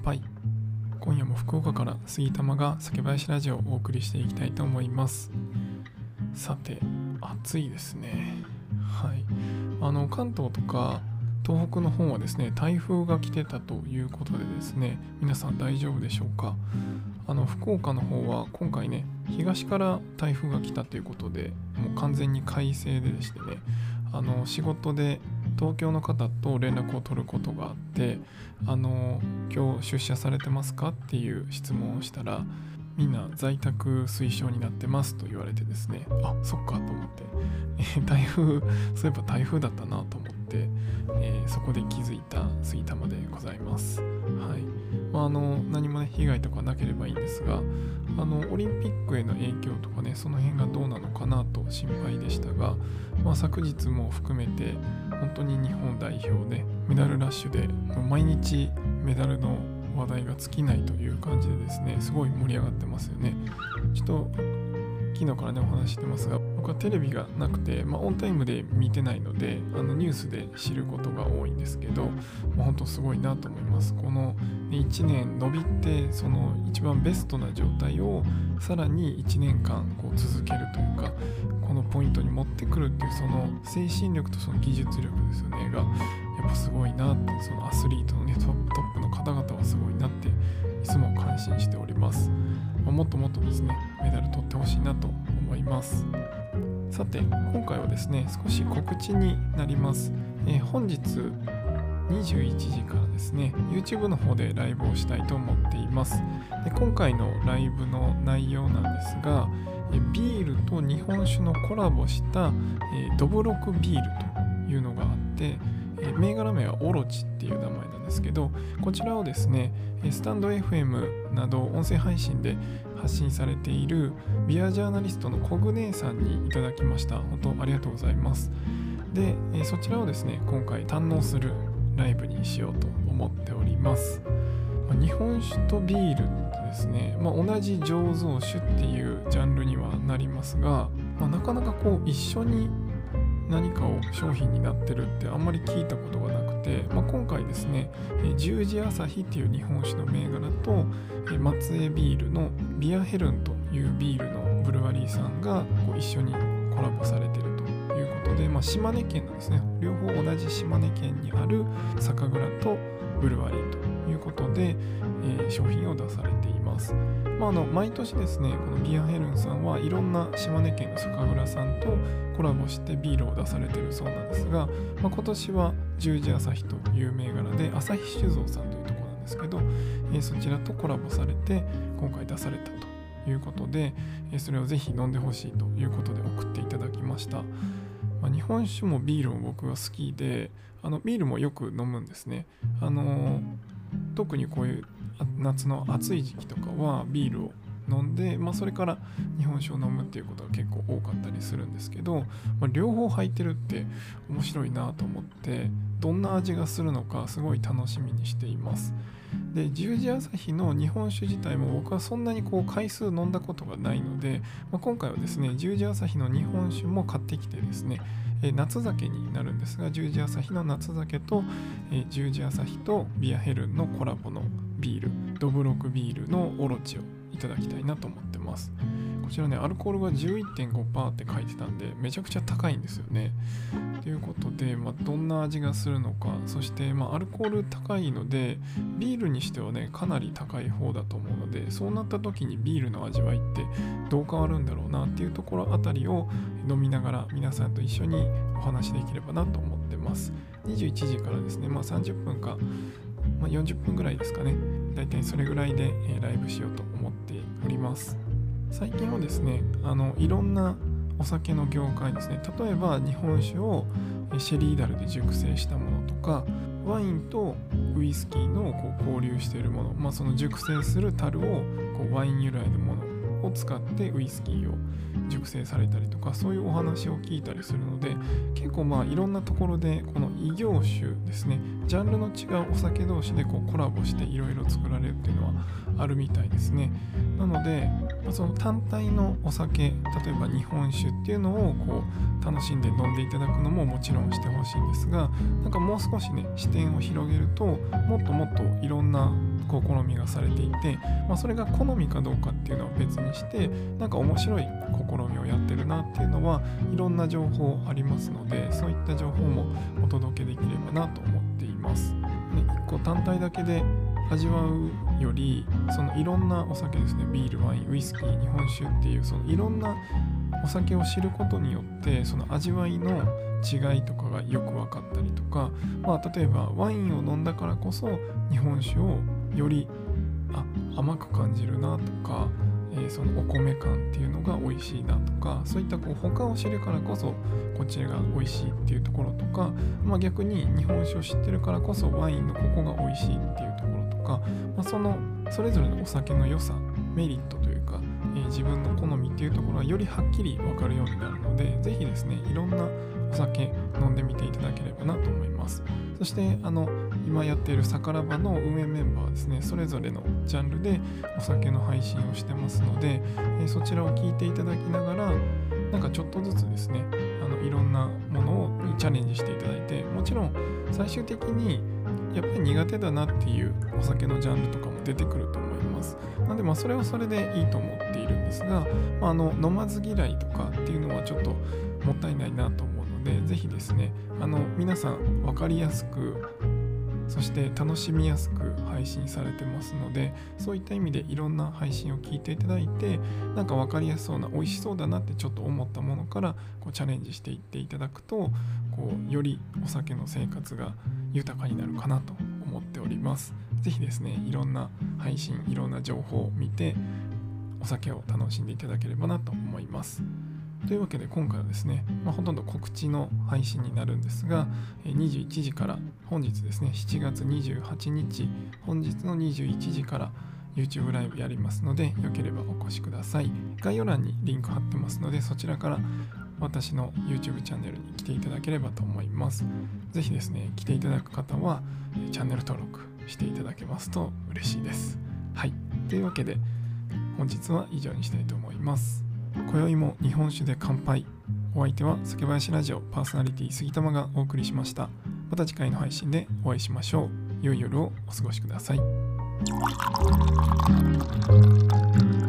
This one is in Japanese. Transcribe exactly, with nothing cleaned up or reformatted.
杯。今夜も福岡から杉玉が酒林ラジオをお送りしていきたいと思います。さて、暑いですね。はい。あの関東とか東北の方はですね、台風が来てたということでですね、皆さん大丈夫でしょうか。あの福岡の方は今回ね、東から台風が来たということで、もう完全に快晴でしてね、あの仕事で東京の方と連絡を取ることがあって、あの今日出社されてますかっていう質問をしたら、みんな在宅推奨になってますと言われてですね、あ、そっかと思って、えー、台風、そういえば台風だったなと思って、えー、そこで気づいた杉玉でございます。はい。まあ、あの何もね被害とかなければいいんですが、あのオリンピックへの影響とかね、その辺がどうなのかなと心配でしたが、まあ、昨日も含めて本当に日本代表でメダルラッシュでもう毎日メダルの話題が尽きないという感じでですね、すごい盛り上がってますよね。ちょっと昨日からねお話ししてますが、僕はテレビがなくて、まあ、オンタイムで見てないので、あのニュースで知ることが多いんですけど、まあ、本当すごいなと思います。このいちねん伸びて、その一番ベストな状態をさらにいちねんかんこう続けるというか、このポイントに持ってくるっていう、その精神力とその技術力ですよねがやっぱすごいなって、そのアスリートのねトップトップの方々はすごいなっていつも感心しております。まあ、もっともっとですねメダル取ってほしいなと思います。さて、今回はですね少し告知になります。えー、本日にじゅういちじからですね YouTube の方でライブをしたいと思っています。で、今回のライブの内容なんですが、えビールと日本酒のコラボした、えー、どぶろくビールというのがあって、えー、銘柄名はオロチっていう名前なんですけど、こちらをですねスタンド エフエム など音声配信で発信されているビアジャーナリストのコグネーさんにいただきました。本当ありがとうございます。で、えー、そちらをですね今回堪能するライブにしようと思っております。まあ、日本酒とビールってですね、まあ、同じ醸造酒っていうジャンルにはなりますが、まあ、なかなかこう一緒に何かを商品になってるってあんまり聞いたことがなくて、まあ、今回ですね十字朝日っていう日本酒の銘柄と松江ビールのビアヘルンというビールのブルワリーさんがこう一緒にコラボされているということで、まあ、島根県なんですね。両方同じ島根県にある酒蔵とブルワリーということで、えー、商品を出されています。まあ、あの毎年ですねこのビアヘルンさんはいろんな島根県の酒蔵さんとコラボしてビールを出されているそうなんですが、まあ、今年は十字朝日という銘柄で朝日酒造さんというところなんですけど、えー、そちらとコラボされて今回出されたということで、えー、それをぜひ飲んでほしいということで送っていただきました。まあ、日本酒もビールも僕は好きで、あのビールもよく飲むんですね。あのー、特にこういう夏の暑い時期とかはビールを飲んで、まあ、それから日本酒を飲むっていうことが結構多かったりするんですけど、まあ、両方入ってるって面白いなと思って、どんな味がするのかすごい楽しみにしています。で、十字朝日の日本酒自体も僕はそんなにこう回数飲んだことがないので、まあ、今回はですね十字朝日の日本酒も買ってきてですね、え夏酒になるんですが、十字朝日の夏酒と、え十字朝日とビアヘルンのコラボのビール、どぶろくビールのオロチをいただきたいなと思ってます。こちらねアルコールが じゅういってんごパーセント って書いてたんで、めちゃくちゃ高いんですよね。ということで、まあ、どんな味がするのか、そして、まあ、アルコール高いのでビールにしてはねかなり高い方だと思うので、そうなった時にビールの味わいってどう変わるんだろうなっていうところあたりを飲みながら皆さんと一緒にお話できればなと思ってます。にじゅういちじからですね、まあ、さんじゅっぷんか、まあ、よんじゅっぷんぐらいですかね、だいたいそれぐらいで、えー、ライブしようと思っております。最近はですねあのいろんなお酒の業界ですね、例えば日本酒をシェリーダルで熟成したものとか、ワインとウイスキーのこう交流しているもの、まあ、その熟成する樽をこうワイン由来のものを使ってウイスキーを熟成されたりとか、そういうお話を聞いたりするので、結構まあいろんなところでこの異業種ですね、ジャンルの違うお酒同士でこうコラボしていろいろ作られるっていうのはあるみたいですね。なので、まあ、その単体のお酒、例えば日本酒っていうのをこう楽しんで飲んでいただくのももちろんしてほしいんですが、なんかもう少しね視点を広げると、もっともっといろんなこう好みがされていて、まあ、それが好みかどうかっていうのは別にして、なんか面白い試みをやってるなっていうのはいろんな情報ありますので、そういった情報もお届けできればなと思っています。で、いっこ単体だけで味わうより、そのいろんなお酒ですね、ビール、ワイン、ウイスキー、日本酒っていうそのいろんなお酒を知ることによって、その味わいの違いとかがよく分かったりとか、まあ、例えばワインを飲んだからこそ日本酒をよりあ甘く感じるなとか、えー、そのお米感っていうのが美味しいなとか、そういったこう他を知るからこそこちらが美味しいっていうところとか、まあ、逆に日本酒を知ってるからこそワインのここが美味しいっていうところとか、まあ、そのそれぞれのお酒の良さ、メリットというか、えー、自分の好みっていうところがよりはっきり分かるようになるので、ぜひですね、いろんなお酒飲んでみていただければなと思います。そしてあの今やっているさからばの運営メンバーはですね、それぞれのジャンルでお酒の配信をしてますので、えー、そちらを聞いていただきながら、なんかちょっとずつですね、あのいろんなものにチャレンジしていただいて、もちろん最終的にやっぱり苦手だなっていうお酒のジャンルとかも出てくると思います。なのでまあそれはそれでいいと思っているんですが、まあ、あの飲まず嫌いとかっていうのはちょっともったいないなと思うので、ぜひですね、あの皆さん分かりやすく、そして楽しみやすく配信されてますので、そういった意味でいろんな配信を聞いていただいて、なんか分かりやすそうな、美味しそうだなってちょっと思ったものからこうチャレンジしていっていただくと、こうよりお酒の生活が豊かになるかなと思っております。ぜひですね、いろんな配信、いろんな情報を見てお酒を楽しんでいただければなと思います。というわけで今回はですね、まあ、ほとんど告知の配信になるんですが、にじゅういちじから本日ですね、しちがつにじゅうはちにち、本日のにじゅういちじから YouTube ライブやりますので、よければお越しください。概要欄にリンク貼ってますので、そちらから私の YouTube チャンネルに来ていただければと思います。ぜひですね、来ていただく方はチャンネル登録していただけますと嬉しいです。はい。というわけで本日は以上にしたいと思います。今宵も日本酒で乾杯。お相手は酒林ラジオパーソナリティ杉玉がお送りしました。また次回の配信でお会いしましょう。良い夜をお過ごしください。